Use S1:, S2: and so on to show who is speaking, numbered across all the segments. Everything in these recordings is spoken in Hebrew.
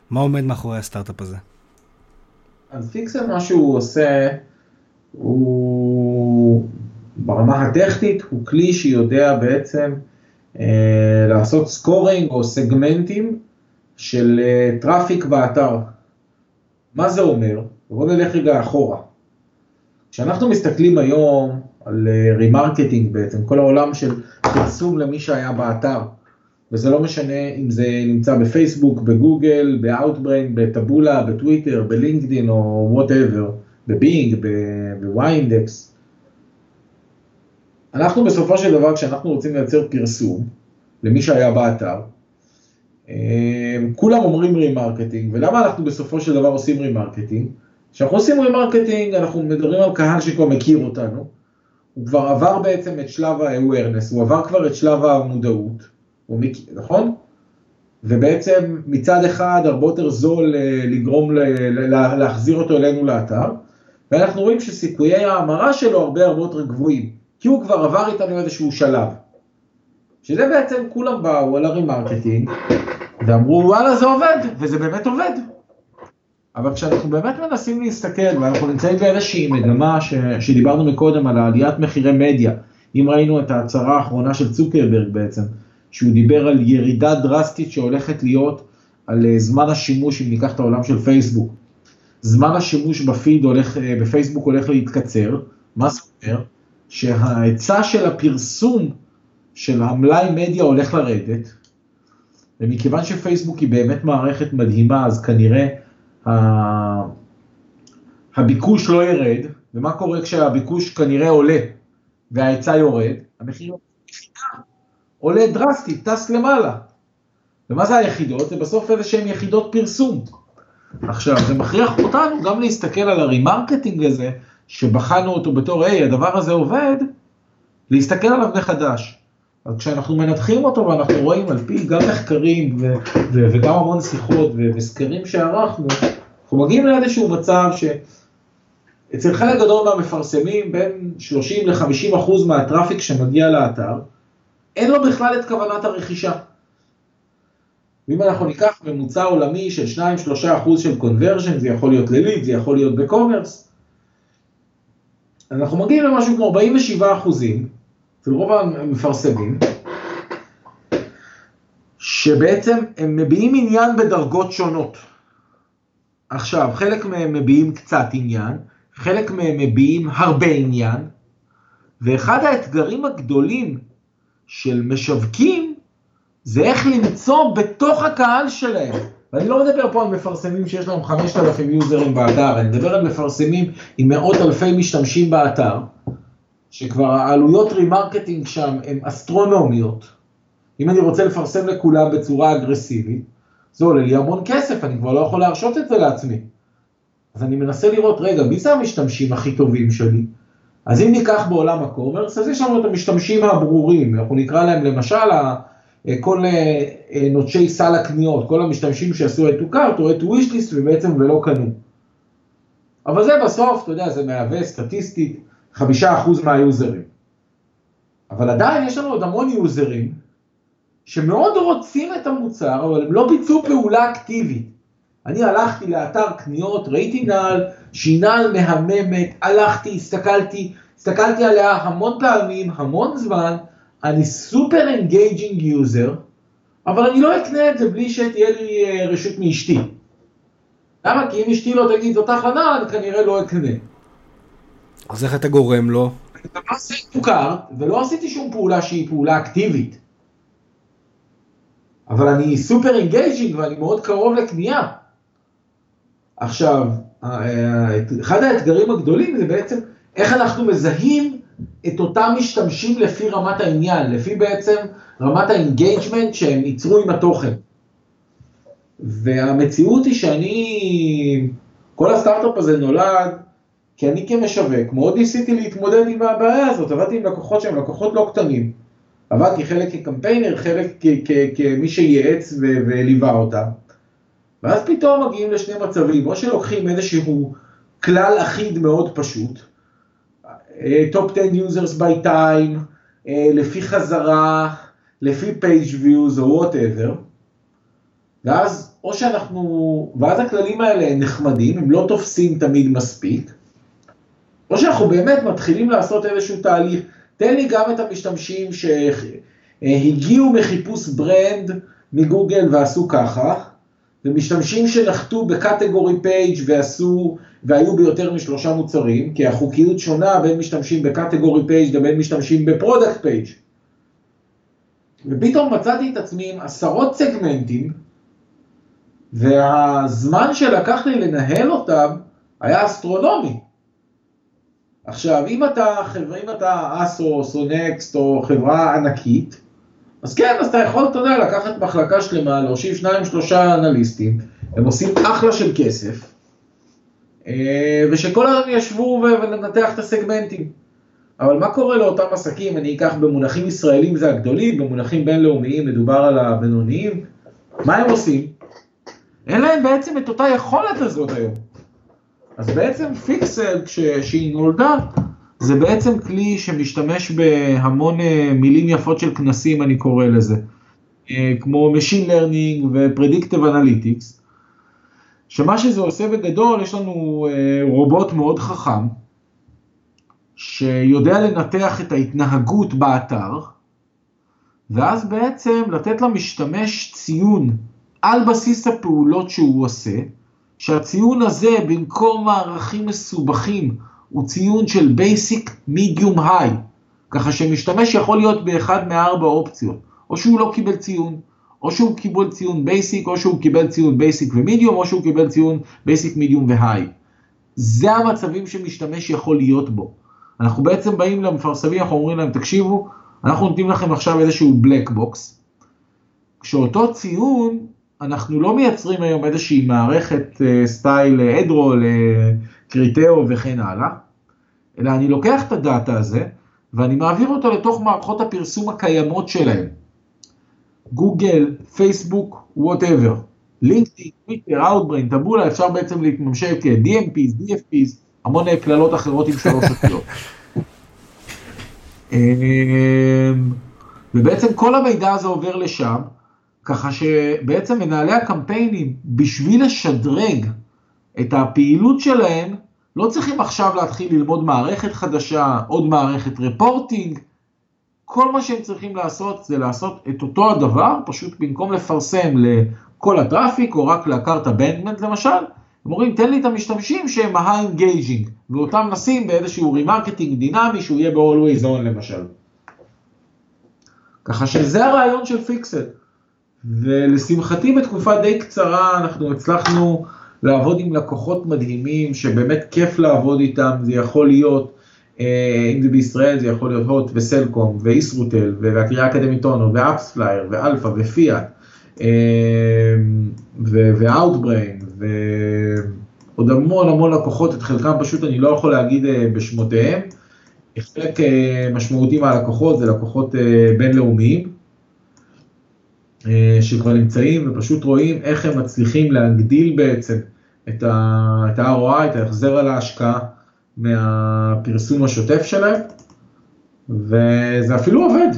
S1: מה עומד מאחורי הסטארט-אפ הזה?
S2: אז פיקסל מה שהוא עושה, הוא ברמה הטכנית, הוא כלי שיודע בעצם לעשות סקורינג או סגמנטים של טראפיק באתר. מה זה אומר? בואו נלך רגע אחורה. כשאנחנו מסתכלים היום על רימרקטינג בעצם, כל העולם של פרסום למי שהיה באתר, וזה לא משנה אם זה נמצא בפייסבוק, בגוגל, באוטבריין, בטבולה, בטוויטר, בלינקדין או whatever, בבינג, בוויינדקס. אנחנו בסופו של דבר, כשאנחנו רוצים לייצר פרסום למי שהיה באתר, כולם אומרים רימרקטינג, ולמה אנחנו בסופו של דבר עושים רימרקטינג? כשאנחנו עושים רימרקטינג, אנחנו מדברים על קהל שכבר מכיר אותנו, הוא כבר עבר בעצם את שלב ה-awareness, הוא עבר כבר את שלב המודעות, נכון? ובעצם מצד אחד הרבה יותר זול לגרום להחזיר אותו אלינו לאתר, ואנחנו רואים שסיכויי ההמרה שלו הרבה יותר גבוהים, כי הוא כבר עבר איתנו איזשהו שלב. שזה בעצם כולם באו על הרימרקטינג, ואמרו וואלה זה עובד, וזה באמת עובד. אבל כשאנחנו באמת מנסים להסתכל, ואנחנו נמצאים באיזושהי מגמה שדיברנו מקודם על העליית מחירי מדיה, אם ראינו את ההצהרה האחרונה של צוקרברג בעצם, שהוא דיבר על ירידה דרסטית שהולכת להיות על זמן השימוש, אם ניקח את העולם של פייסבוק. זמן השימוש בפייסבוק הולך להתקצר, מה זה אומר? שההיצע של הפרסום של המלאי מדיה הולך לרדת, ומכיוון שפייסבוק היא באמת מערכת מדהימה, אז כנראה הביקוש לא ירד, ומה קורה כשהביקוש כנראה עולה וההיצע יורד? המחיר עולה דרסטית, טס למעלה. ומה זה היחידות? זה בסוף איזה שהן יחידות פרסום. עכשיו, זה מכריח אותנו גם להסתכל על הרימרקטינג הזה, שבחנו אותו בתור, הדבר הזה עובד, להסתכל עליו מחדש. אז כשאנחנו מנתחים אותו ואנחנו רואים על פי גם מחקרים וגם המון שיחות וסקרים שערכנו, אנחנו מגיעים לאיזשהו מצב שאצל חלק גדול מהמפרסמים, בין 30-50% מהטראפיק שמגיע לאתר, אין לו בכלל את כוונת הרכישה. ואם אנחנו ניקח ממוצע עולמי של 2-3% של conversion, זה יכול להיות לליד, זה יכול להיות בקומרס, אנחנו מגיעים למשהו כמו 47%, אצל רוב המפרסמים, שבעצם הם מביעים עניין בדרגות שונות. עכשיו, חלק מהם מביעים קצת עניין, חלק מהם מביעים הרבה עניין, ואחד האתגרים הגדולים של משווקים, זה איך למצוא בתוך הקהל שלהם. ואני לא מדבר פה על מפרסמים שיש להם 5,000 יוזרים באתר, אני מדבר על מפרסמים עם מאות אלפי משתמשים באתר, שכבר העלויות רימרקטינג שם הן אסטרונומיות. אם אני רוצה לפרסם לכולם בצורה אגרסיבית, זה עולה לי המון כסף, אני כבר לא יכול להרשות את זה לעצמי. אז אני מנסה לראות, רגע, מי זה המשתמשים הכי טובים שלי? אז אם ניקח בעולם הקומרס, אז יש לנו את המשתמשים הברורים, אנחנו נקרא להם למשל, כל נוטשי סל הקניות, כל המשתמשים שעשו את to-cart או את to-wishlist ובעצם ולא קנו. אבל זה בסוף, אתה יודע, זה מהווה סטטיסטית 5% מהיוזרים. אבל עדיין יש לנו עוד המון יוזרים, שמאוד רוצים את המוצר, אבל הם לא ביצעו פעולה אקטיבית. אני הלכתי לאתר קניות, ראיתי נעל, שהיא נעל מהממת, הלכתי, הסתכלתי עליה המון פעמים, המון זמן, אני סופר אנגייג'ינג יוזר, אבל אני לא אקנה את זה בלי שתהיה לי רשות מאשתי. למה? כי אם אשתי לא תגיד זאת הכנה, אני כנראה לא אקנה.
S1: אז איך אתה גורם לו?
S2: אני לא עשיתי to-cart, ולא עשיתי שום פעולה שהיא פעולה אקטיבית. אבל אני סופר אנגייג'ינג ואני מאוד קרוב לקנייה. עכשיו, אחד האתגרים הגדולים זה בעצם איך אנחנו מזהים את אותם משתמשים לפי רמת העניין, לפי בעצם רמת האנגייג'מנט שהם ייצרו עם התוכן. והמציאות היא כל הסטארט-אפ הזה נולד, כי אני כמשווק, מאוד ניסיתי להתמודד עם הבעיה הזאת, עבדתי עם לקוחות שהם לקוחות לא קטנים. עבדתי חלק כקמפיינר, חלק כמי שייעץ וליווה אותה. ואז פתאום מגיעים לשני מצבים, או שלוקחים איזשהו כלל אחיד מאוד פשוט, top 10 users by time, לפי חזרה, לפי page views או whatever, ואז הכללים האלה נחמדים, הם לא תופסים תמיד מספיק, או שאנחנו באמת מתחילים לעשות איזשהו תהליך, תן לי גם את המשתמשים שהגיעו מחיפוש ברנד מגוגל ועשו ככה, ומשתמשים שנחתו בקטגורי פייג' והיו ביותר מ3 מוצרים, כי החוקיות שונה בין משתמשים בקטגורי פייג' לבין משתמשים בפרודקט פייג'. ופתאום מצאתי את עצמי עם 10 סגמנטים, והזמן שלקח לי לנהל אותם היה אסטרונומי. עכשיו, אם אתה אסוס או נקסט או חברה ענקית, אז כן, אז אתה יכול, אתה יודע, לקחת מחלקה שלמה, להושיב 2-3 אנליסטים, הם עושים אחלה של כסף, ושכל היום ישבו ולנתח את הסגמנטים. אבל מה קורה לאותם עסקים? אני אקח במונחים ישראלים זה הגדולים, במונחים בינלאומיים מדובר על הבינוניים. מה הם עושים? אין להם בעצם את אותה יכולת הזאת היום. אז בעצם פיקסל, כשהיא נולדה, זה בעצם כלי שמשתמש בהמון מילים יפות של כנסים, אני קורא לזה, כמו Machine Learning ו-Predictive Analytics, שמה שזה עושה בגדול, יש לנו רובוט מאוד חכם, שיודע לנתח את ההתנהגות באתר, ואז בעצם לתת למשתמש ציון על בסיס הפעולות שהוא עושה, שהציון הזה במקום מערכים מסובכים, הוא ציון של basic, medium, high, ככה שמשתמש יכול להיות באחד מ4 אופציות, או שהוא לא קיבל ציון, או שהוא קיבל ציון basic, או שהוא קיבל ציון basic ו-medium, או שהוא קיבל ציון basic, medium ו-high. זה המצבים שמשתמש יכול להיות בו. אנחנו בעצם באים למפרסמים, אנחנו אומרים להם, תקשיבו, אנחנו נותנים לכם עכשיו איזשהו black box, כשאותו ציון, אנחנו לא מייצרים היום איזושהי מערכת סטייל אדרול, קריטאו וכן הלאה, אלא אני לוקח את הדאטה הזה, ואני מעביר אותו לתוך מערכות הפרסום הקיימות שלהם. גוגל, פייסבוק, whatever. לינקדאין, טוויטר, Outbrain, טבולה, אפשר בעצם להתממשק DMPs, DFPs, המון כללות אחרות עם 3 אותיות. ובעצם כל המידע הזה עובר לשם, ככה שבעצם מנהלי הקמפיינים, בשביל לשדרג את הפעילות שלהם, לא צריכים עכשיו להתחיל ללמוד מערכת חדשה, עוד מערכת רפורטינג. כל מה שהם צריכים לעשות זה לעשות את אותו הדבר, פשוט במקום לפרסם לכל הטראפיק, או רק להכרת הבנדמנט למשל, הם אומרים, תן לי את המשתמשים שהם ה-engaging, ואותם נשים באיזשהו רימרקטינג דינמי, שהוא יהיה ב-always on למשל. ככה שזה הרעיון של פיקסל. ולשמחתי בתקופה די קצרה אנחנו הצלחנו לעבוד עם לקוחות מדהימים שבאמת כיף לעבוד איתם, זה יכול להיות, אם זה בישראל זה יכול להיות הוט וסלקום ואיסרוטל והקריאה האקדמית אונו ואפספלייר ואלפא ופיאט ואוטבריין ועוד המון לקוחות, את חלקם פשוט אני לא יכול להגיד בשמותיהם, חלק משמעותי מהלקוחות זה לקוחות בינלאומיים, שכבר נמצאים ופשוט רואים איך הם מצליחים להגדיל בעצם את ה-ROI, את ההחזר על ההשקעה מהפרסום השוטף שלהם, וזה אפילו עובד.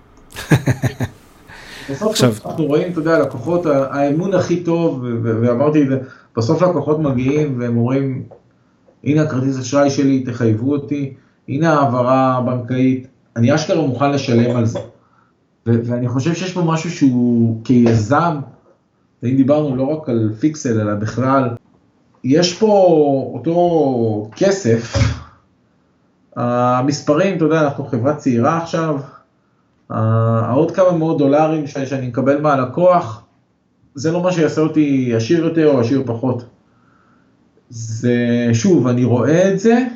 S2: בסוף אנחנו רואים, אתה יודע, לקוחות, האמון הכי טוב, ואמרתי את זה, בסוף לקוחות מגיעים והם אומרים, הנה הכרטיס אשראי שלי, תחייבו אותי, הנה העברה בנקאית, אני אשכרה מוכן לשלם על זה. ואני חושב שיש פה משהו שהוא כיזם, ואם דיברנו לא רק על פיקסל, אלא בכלל, יש פה אותו כסף, המספרים, אתה יודע, אנחנו חברה צעירה עכשיו, עוד כמה מאות דולרים שאני מקבל מהלקוח, זה לא מה שיעשה אותי עשיר יותר או עשיר פחות. זה, שוב, אני רואה את זה,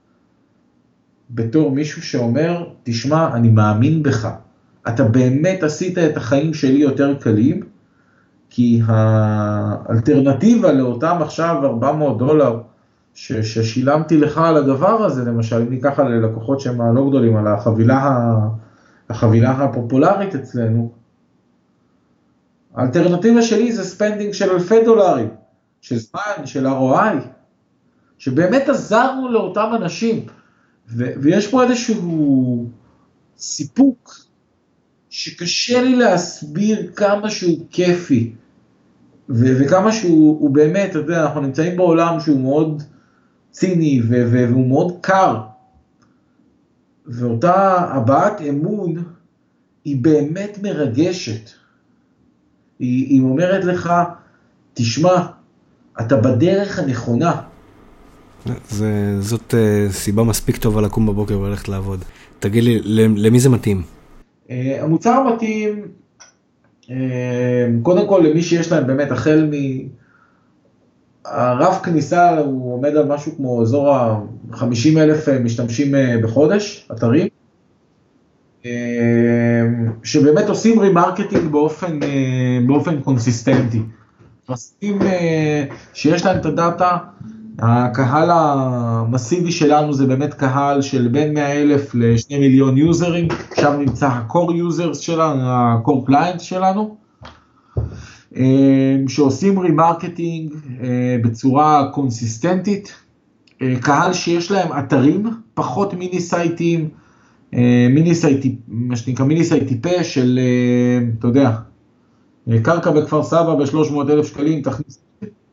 S2: בתור מישהו שאומר, תשמע, אני מאמין בך. אתה באמת עשית את החיים שלי יותר קלים, כי האלטרנטיבה לאותם עכשיו $400 ששילמתי לך על הדבר הזה, למשל, אם ניקח על לקוחות שהם לא גדולים, על החבילה הפופולרית אצלנו, האלטרנטיבה שלי זה ספנדינג של $1,000, של זמן, של ROI, שבאמת עזרנו לאותם אנשים, ויש פה איזשהו סיפוק, שקשה לי להסביר כמה שהוא כיפי, וכמה שהוא באמת, אתה יודע, אנחנו נמצאים בעולם שהוא מאוד ציני והוא מאוד קר, ואותה הבעת אמון היא באמת מרגשת. היא אומרת לך, תשמע, אתה בדרך הנכונה.
S1: זאת סיבה מספיק טובה לקום בבוקר וללכת לעבוד. תגיד לי, למי זה מתאים?
S2: המוצר מתאים, קודם כל למי שיש להם באמת, החל הרף כניסה הוא עומד על משהו כמו אזור ה-50,000 משתמשים בחודש, אתרים, שבאמת עושים רימרקטינג באופן קונסיסטנטי. עושים שיש להם את הדאטה, הקהל המסיבי שלנו זה באמת קהל של בין 100,000 ל2 מיליון יוזרים, שם נמצא ה-core users שלנו, ה-core clients שלנו, שעושים רימרקטינג בצורה קונסיסטנטית, קהל שיש להם אתרים, פחות מיני סייטים, מה שנקרא מיני סייטיפה של, אתה יודע, קרקע בכפר סבא ב-300,000 שקלים, תכניס,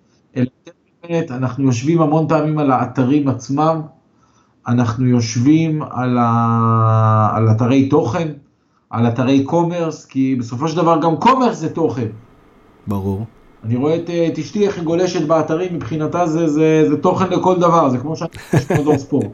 S2: אנחנו יושבים המון פעמים על האתרים עצמם, אנחנו יושבים על אתרי תוכן, על אתרי קומרס, כי בסופו של דבר גם קומרס זה תוכן.
S1: ברור.
S2: אני רואה את אשתי איך היא גולשת באתרים, מבחינתה זה תוכן לכל דבר, זה כמו שאני חושב מדור ספורט.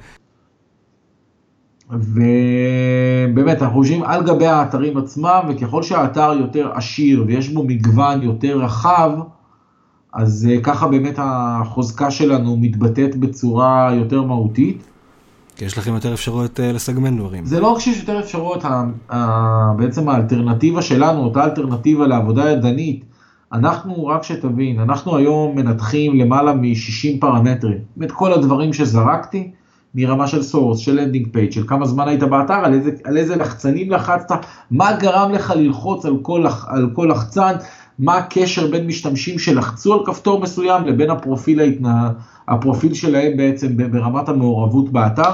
S2: ובאמת אנחנו חושבים על גבי האתרים עצמם, וככל שהאתר יותר עשיר ויש בו מגוון יותר רחב, אז ככה באמת החוזקה שלנו מתבטאת בצורה יותר מהותית.
S1: כי יש לכם יותר אפשרויות לסגמן דברים.
S2: זה לא רק שיש יותר אפשרויות, בעצם האלטרנטיבה שלנו, אותה אלטרנטיבה לעבודה ידנית, אנחנו, רק שתבין, אנחנו היום מנתחים למעלה מ-60 פרמטרים. את כל הדברים שזרקתי, מרמה של סורס, של לנדינג פייג', של כמה זמן היית באתר, על איזה לחצנים לחצת, מה גרם לך ללחוץ על כל לחצן, מה הקשר בין משתמשים שלחצו על כפתור מסוים לבין הפרופיל שלהם בעצם ברמת המעורבות באתר.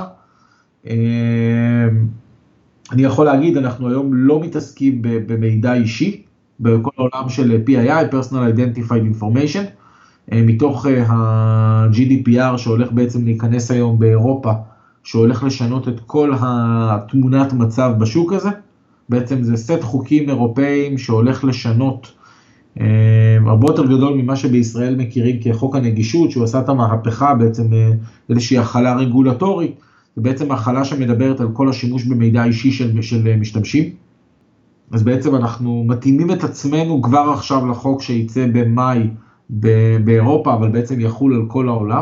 S2: אני יכול להגיד, אנחנו היום לא מתעסקים במידע אישי, בכל העולם של PII, Personal Identified Information, מתוך ה-GDPR שהולך בעצם להיכנס היום באירופה, שהולך לשנות את כל התמונת מצב בשוק הזה. בעצם זה סט חוקים אירופאים שהולך לשנות הרבה יותר גדול ממה שבישראל מכירים כחוק הנגישות, שהוא עשה את המהפכה בעצם איזושהי החלה רגולטורית, זה בעצם החלה שמדברת על כל השימוש במידע אישי של משתמשים. אז בעצם אנחנו מתאימים את עצמנו כבר עכשיו לחוק שייצא במאי באירופה, אבל בעצם יחול על כל העולם.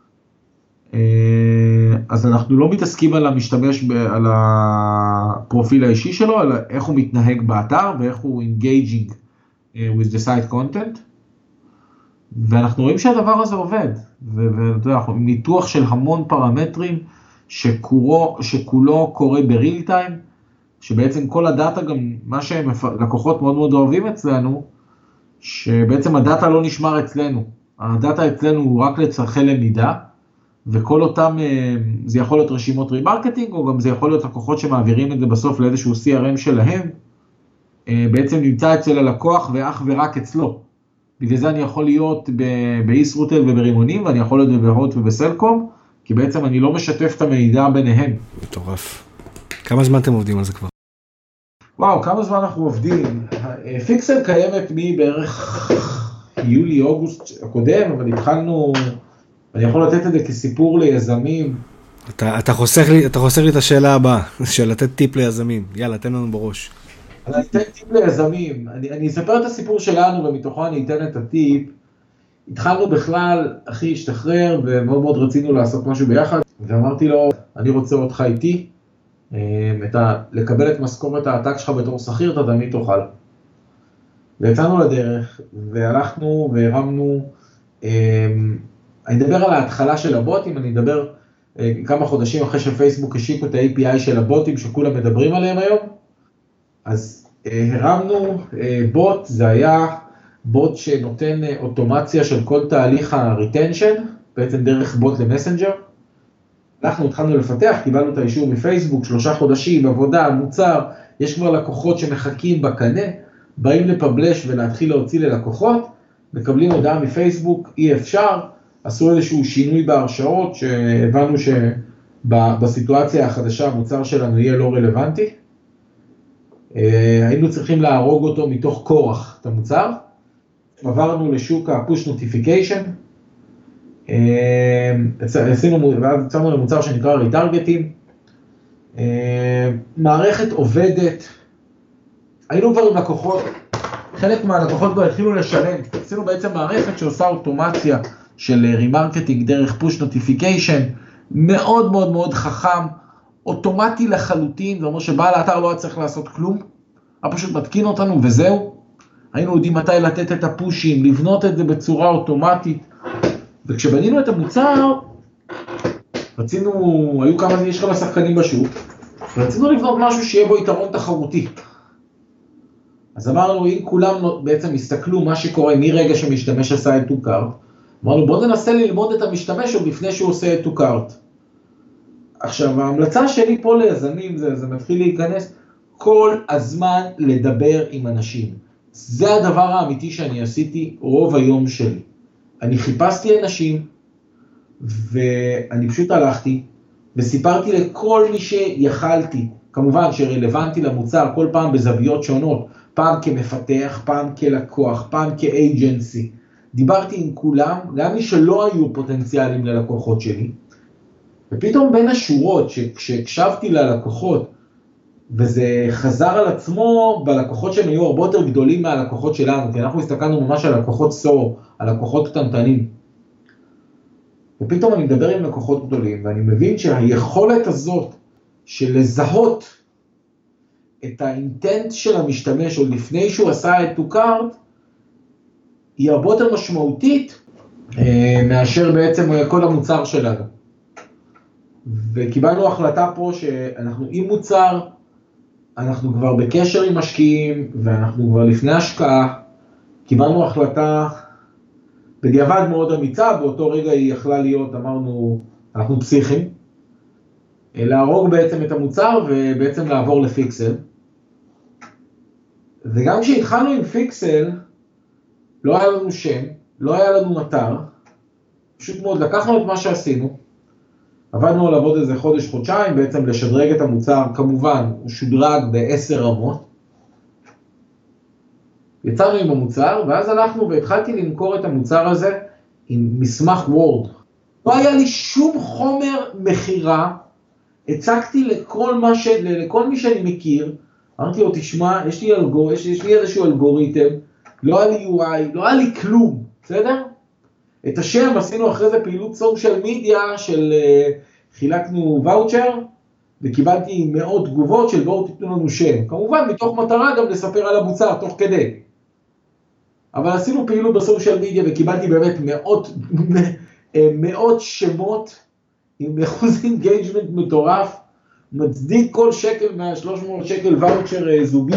S2: אז אנחנו לא מתעסקים על המשתמש, על הפרופיל האישי שלו, אלא איך הוא מתנהג באתר ואיך הוא engaging with the site content. ואנחנו רואים שהדבר הזה עובד, ואתה יודע, אנחנו עם ניתוח של המון פרמטרים שכולו קורה בריל טיים, שבעצם כל הדאטה, גם מה שהם לקוחות מאוד מאוד אוהבים אצלנו, שבעצם הדאטה לא נשמר אצלנו, הדאטה אצלנו הוא רק לצרכי למידה, וכל אותם, זה יכול להיות רשימות רימרקטינג, או גם זה יכול להיות לקוחות שמעבירים את זה בסוף לאיזשהו CRM שלהם, בעצם נמצא אצל הלקוח ואך ורק אצלו. בגלל זה אני יכול להיות בישרוטל וברימונים, ואני יכול להיות בהוט ובסלקום, כי בעצם אני לא משתף את המידע ביניהם.
S1: מטורף. כמה זמן אתם עובדים על זה כבר?
S2: וואו, כמה זמן אנחנו עובדים? פיקסל קיימת מבערך יולי-אוגוסט הקודם, אבל התחלנו, אני יכול לתת את זה כסיפור ליזמים.
S1: אתה חוסך לי את השאלה הבאה, של לתת טיפ ליזמים. יאללה, תן לנו בראש.
S2: אני אתן טיפ ליזמים. אני אספר את הסיפור שלנו, ומתוכו אני אתן את הטיפ. התחלנו בכלל, אחי השתחרר, ומאוד מאוד רצינו לעשות משהו ביחד, ואמרתי לו, אני רוצה אותך איתי, לקבל את משכורת העתק שלך בתור שכיר, אתה תמיד תוכל. ויצאנו לדרך, והלכנו והרמנו, אני אדבר על ההתחלה של הבוטים, אני אדבר כמה חודשים אחרי שפייסבוק השיקו את ה-API של הבוטים שכולם מדברים עליהם היום. אז הרמנו בוט, זה היה בוט שנותן אוטומציה של כל תהליך ה-retention, בעצם דרך בוט למסנג'ר. אנחנו התחלנו לפתח, קיבלנו את האישור מפייסבוק, 3 חודשים, עבודה, מוצר, יש כבר לקוחות שמחכים בקנה, באים לפבלש ולהתחיל להוציא ללקוחות, מקבלים הודעה מפייסבוק, אי אפשר, עשו איזשהו שינוי בהרשאות, שהבנו שבסיטואציה החדשה המוצר שלנו יהיה לא רלוונטי. היינו צריכים להרוג אותו מתוך כורח את המוצר, עברנו לשוק ה-push notification, ואז יצאנו למוצר שנקרא ריטרגטים, מערכת עובדת, היינו כבר עם לקוחות, חלק מהלקוחות כבר התחילו לשלם, עשינו בעצם מערכת שעושה אוטומציה של רימרקטינג דרך push notification, מאוד מאוד מאוד חכם, אוטומטי לחלוטין, זה אומר שבעל האתר לא היה צריך לעשות כלום, היה פשוט מתקין אותנו וזהו, היינו יודעים מתי לתת את הפושים, לבנות את זה בצורה אוטומטית, וכשבנינו את המוצר, היו יש כמה שחקנים בשוק, רצינו לבנות משהו שיהיה בו יתרון תחרותי. אז אמרנו, אם כולם בעצם הסתכלו מה שקורה מרגע שמשתמש עשה את to cart, אמרנו בוא ננסה ללמוד את המשתמש עוד לפני שהוא עושה את to cart. עכשיו ההמלצה שלי פה ליזמים, זה מתחיל להיכנס, כל הזמן לדבר עם אנשים. זה הדבר האמיתי שאני עשיתי רוב היום שלי. אני חיפשתי אנשים, ואני פשוט הלכתי, וסיפרתי לכל מי שיכלתי, כמובן שרלוונטי למוצר, כל פעם בזוויות שונות, פעם כמפתח, פעם כלקוח, פעם כאג'נסי. דיברתי עם כולם, גם מי שלא היו פוטנציאלים ללקוחות שלי, ופתאום בין השורות, כשהקשבתי ללקוחות, וזה חזר על עצמו בלקוחות שהם היו הרבה יותר גדולים מהלקוחות שלנו, כי אנחנו הסתכלנו ממש על לקוחות סור, על לקוחות קטנטנים. ופתאום אני מדבר עם לקוחות גדולים, ואני מבין שהיכולת הזאת של לזהות את האינטנט של המשתמש, עוד לפני שהוא עשה את to cart, היא הרבה יותר משמעותית מאשר בעצם כל המוצר שלנו. וקיבלנו החלטה פה שאנחנו עם מוצר, אנחנו כבר בקשר עם משקיעים, ואנחנו כבר לפני השקעה, קיבלנו החלטה בדיעבד מאוד אמיצה, באותו רגע היא יכלה להיות, אמרנו, אנחנו פסיכים, להרוג בעצם את המוצר ובעצם לעבור לפיקסל. וגם כשהתחלנו עם פיקסל, לא היה לנו שם, לא היה לנו אתר, פשוט מאוד לקחנו את מה שעשינו, עבדנו עליו עוד איזה חודש-חודשיים, בעצם לשדרג את המוצר, כמובן הוא שודרג ב10 רמות, יצאנו עם המוצר, ואז הלכנו והתחלתי למכור את המוצר הזה עם מסמך וורד. לא היה לי שום חומר מחירה, הצגתי לכל מי שאני מכיר, אמרתי לו, תשמע, יש לי איזשהו אלגוריתם, לא היה לי UI, לא היה לי כלום, בסדר? את השם עשינו אחרי זה פעילות סושיאל מדיה של חילקנו ואוצ'ר, וקיבלתי מאות תגובות של בואו תיתנו לנו שם. כמובן, מתוך מטרה גם לספר על המוצר, תוך כדי. אבל עשינו פעילות בסושיאל מדיה וקיבלתי באמת מאות שמות עם אחוז אינגייג'מנט מטורף, מצדיק כל שקל מה-300 שקל ואוצ'ר זוגי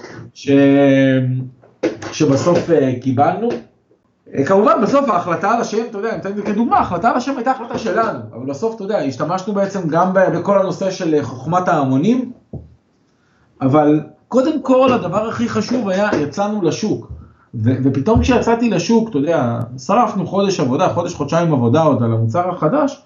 S2: שבסוף קיבלנו. כמובן בסוף ההחלטה על השם, אתה יודע, אני אתן לי כדוגמה, ההחלטה על השם הייתה החלטה שלנו, אבל בסוף אתה יודע, השתמשנו בעצם גם בכל הנושא של חוכמת ההמונים, אבל קודם כל הדבר הכי חשוב היה, יצאנו לשוק, ופתאום כשיצאתי לשוק, אתה יודע, שרפנו חודש-חודשיים עבודה עוד על המוצר החדש,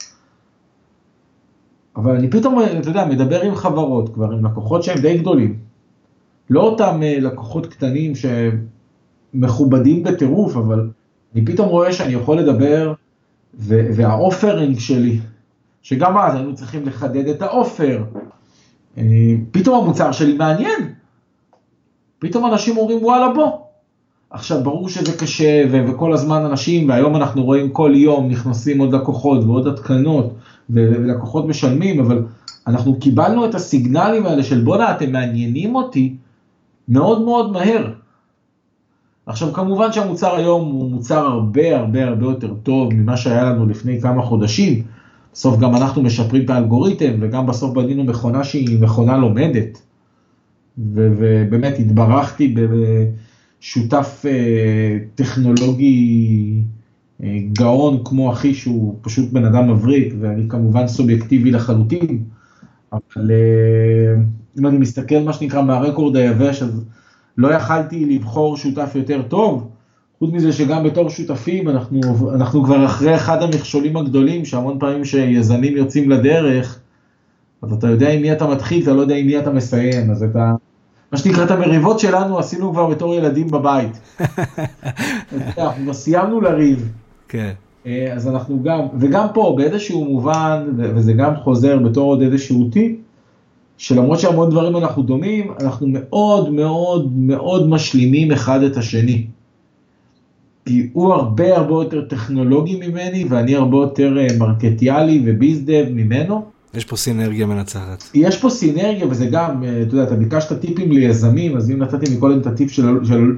S2: אבל אני פתאום, אתה יודע, מדבר עם חברות כבר, עם לקוחות שהם די גדולים, לא אותם לקוחות קטנים שמכובדים בטירוף, אבל אני פתאום רואה שאני יכול לדבר, והאופרינג שלי, שגם אז היינו צריכים לחדד את האופר, פתאום המוצר שלי מעניין, פתאום אנשים אומרים וואלה בוא, עכשיו ברור שזה קשה, וכל הזמן אנשים, והיום אנחנו רואים כל יום נכנסים עוד לקוחות ועוד התקנות, ולקוחות משלמים, אבל אנחנו קיבלנו את הסיגנלים האלה של בוא אתם מעניינים אותי, מאוד מאוד מהר. עכשיו כמובן שהמוצר היום הוא מוצר הרבה יותר טוב ממה שהיה לנו לפני כמה חודשים, בסוף גם אנחנו משפרים את האלגוריתם, וגם בסוף בנינו מכונה שהיא מכונה לומדת, ובאמת התברכתי בשותף טכנולוגי גאון כמו אחי, שהוא פשוט בן אדם מבריק, ואני כמובן סובייקטיבי לחלוטין, אבל אם אני מסתכל מה שנקרא מהרקורד היבש, אז לא יכלתי לבחור שותף יותר טוב, חוץ מזה שגם בתור שותפים, אנחנו כבר אחרי אחד המכשולים הגדולים, שהמון פעמים שיזמים יוצאים לדרך, אז אתה יודע עם מי אתה מתחיל, אתה לא יודע עם מי אתה מסיים, אז מה שנקרא את המריבות שלנו עשינו כבר בתור ילדים בבית. אנחנו סיימנו לריב.
S1: כן.
S2: אז אנחנו גם, וגם פה באיזשהו מובן, וזה גם חוזר בתור עוד איזשהו טיפ, שלמרות שהמון דברים אנחנו דומים, אנחנו מאוד מאוד מאוד משלימים אחד את השני. כי הוא הרבה יותר טכנולוגי ממני, ואני הרבה יותר מרקטיאלי וביזדב ממנו. יש
S1: פה סינרגיה מנצחת.
S2: יש פה סינרגיה, וזה גם, אתה יודע, אתה ביקשת טיפים ליזמים, אז אם נתתי מקודם את הטיפ של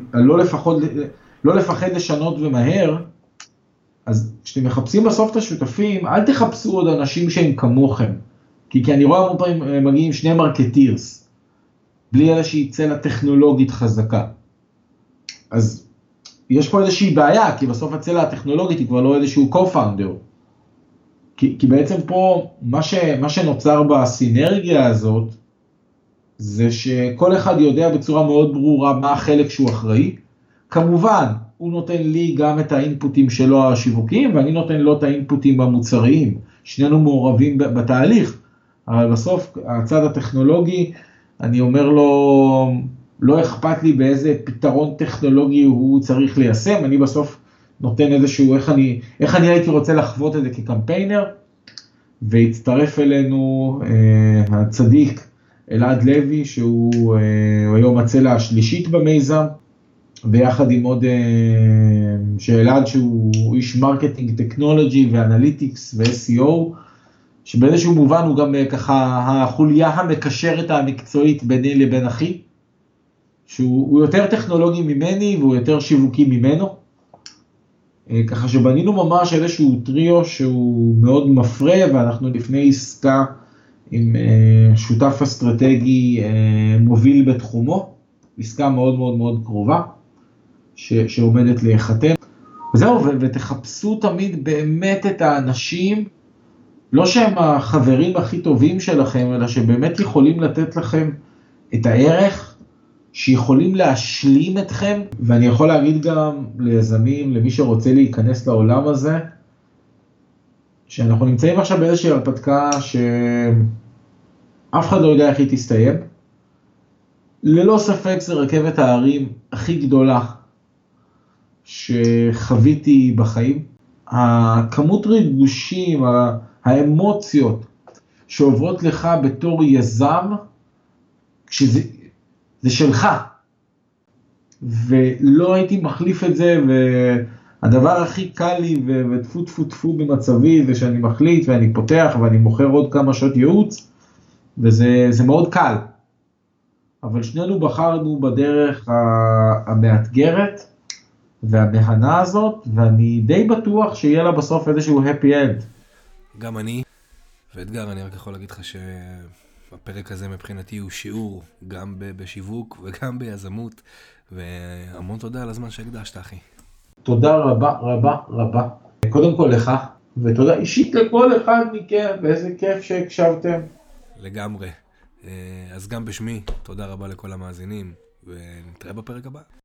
S2: לא לפחד לשנות ומהר, אז כשאתם מחפשים בסוף את השותפים, אל תחפשו עוד אנשים שהם כמוכם. כי אני רואה הרבה פעמים מגיעים שני מרקטירס, בלי איזושהי צלע טכנולוגית חזקה. אז יש פה איזושהי בעיה, כי בסוף הצלע הטכנולוגית היא כבר לא איזשהו co-founder. כי בעצם פה, מה שנוצר בסינרגיה הזאת, זה שכל אחד יודע בצורה מאוד ברורה מה החלק שהוא אחראי. כמובן, הוא נותן לי גם את האינפוטים שלו השיווקיים, ואני נותן לו את האינפוטים המוצריים. שנינו מעורבים בתהליך, אבל בסוף הצד הטכנולוגי, אני אומר לו, לא אכפת לי באיזה פתרון טכנולוגי הוא צריך ליישם, אני בסוף נותן איזשהו, איך אני הייתי רוצה לחוות את זה כקמפיינר, והצטרף אלינו הצדיק אלעד לוי, שהוא היום הצלע השלישית במיזם, ביחד עם עוד שאלעד שהוא איש מרקטינג טכנולוגי ואנליטיקס ו-SEO, שבאיזשהו מובן הוא גם ככה החוליה המקשרת המקצועית ביני לבין אחי, שהוא יותר טכנולוגי ממני והוא יותר שיווקי ממנו, ככה שבנינו ממש איזשהו טריו שהוא מאוד מפרה, ואנחנו לפני עסקה עם שותף אסטרטגי מוביל בתחומו, עסקה מאוד מאוד מאוד קרובה, שעומדת להיחתם. וזהו, ותחפשו תמיד באמת את האנשים, לא שהם החברים הכי טובים שלכם, אלא שבאמת יכולים לתת לכם את הערך, שיכולים להשלים אתכם, ואני יכול להגיד גם ליזמים, למי שרוצה להיכנס לעולם הזה, שאנחנו נמצאים עכשיו באיזושהי הרפתקה שאף אחד לא יודע איך היא תסתיים. ללא ספק זה רכבת ההרים הכי גדולה שחוויתי בחיים. הכמות ריגושים, האמוציות שעוברות לך בתור יזם, כשזה זה שלך, ולא הייתי מחליף את זה, והדבר הכי קל לי, וטפו טפו טפו במצבי, זה שאני מחליט ואני פותח ואני מוכר עוד כמה שעות ייעוץ, וזה מאוד קל. אבל שנינו בחרנו בדרך המאתגרת והמהנה הזאת, ואני די בטוח שיהיה לה בסוף איזשהו happy end.
S1: גם אני, ואתגר, אני רק יכול להגיד לך שהפרק הזה מבחינתי הוא שיעור גם בשיווק וגם ביזמות, והמון תודה על הזמן שהקדשת, אחי.
S2: תודה רבה רבה רבה. קודם כל לך, ותודה אישית לכל אחד מכם, ואיזה כיף שהקשבתם.
S1: לגמרי. אז גם בשמי, תודה רבה לכל המאזינים, ונתראה בפרק הבא.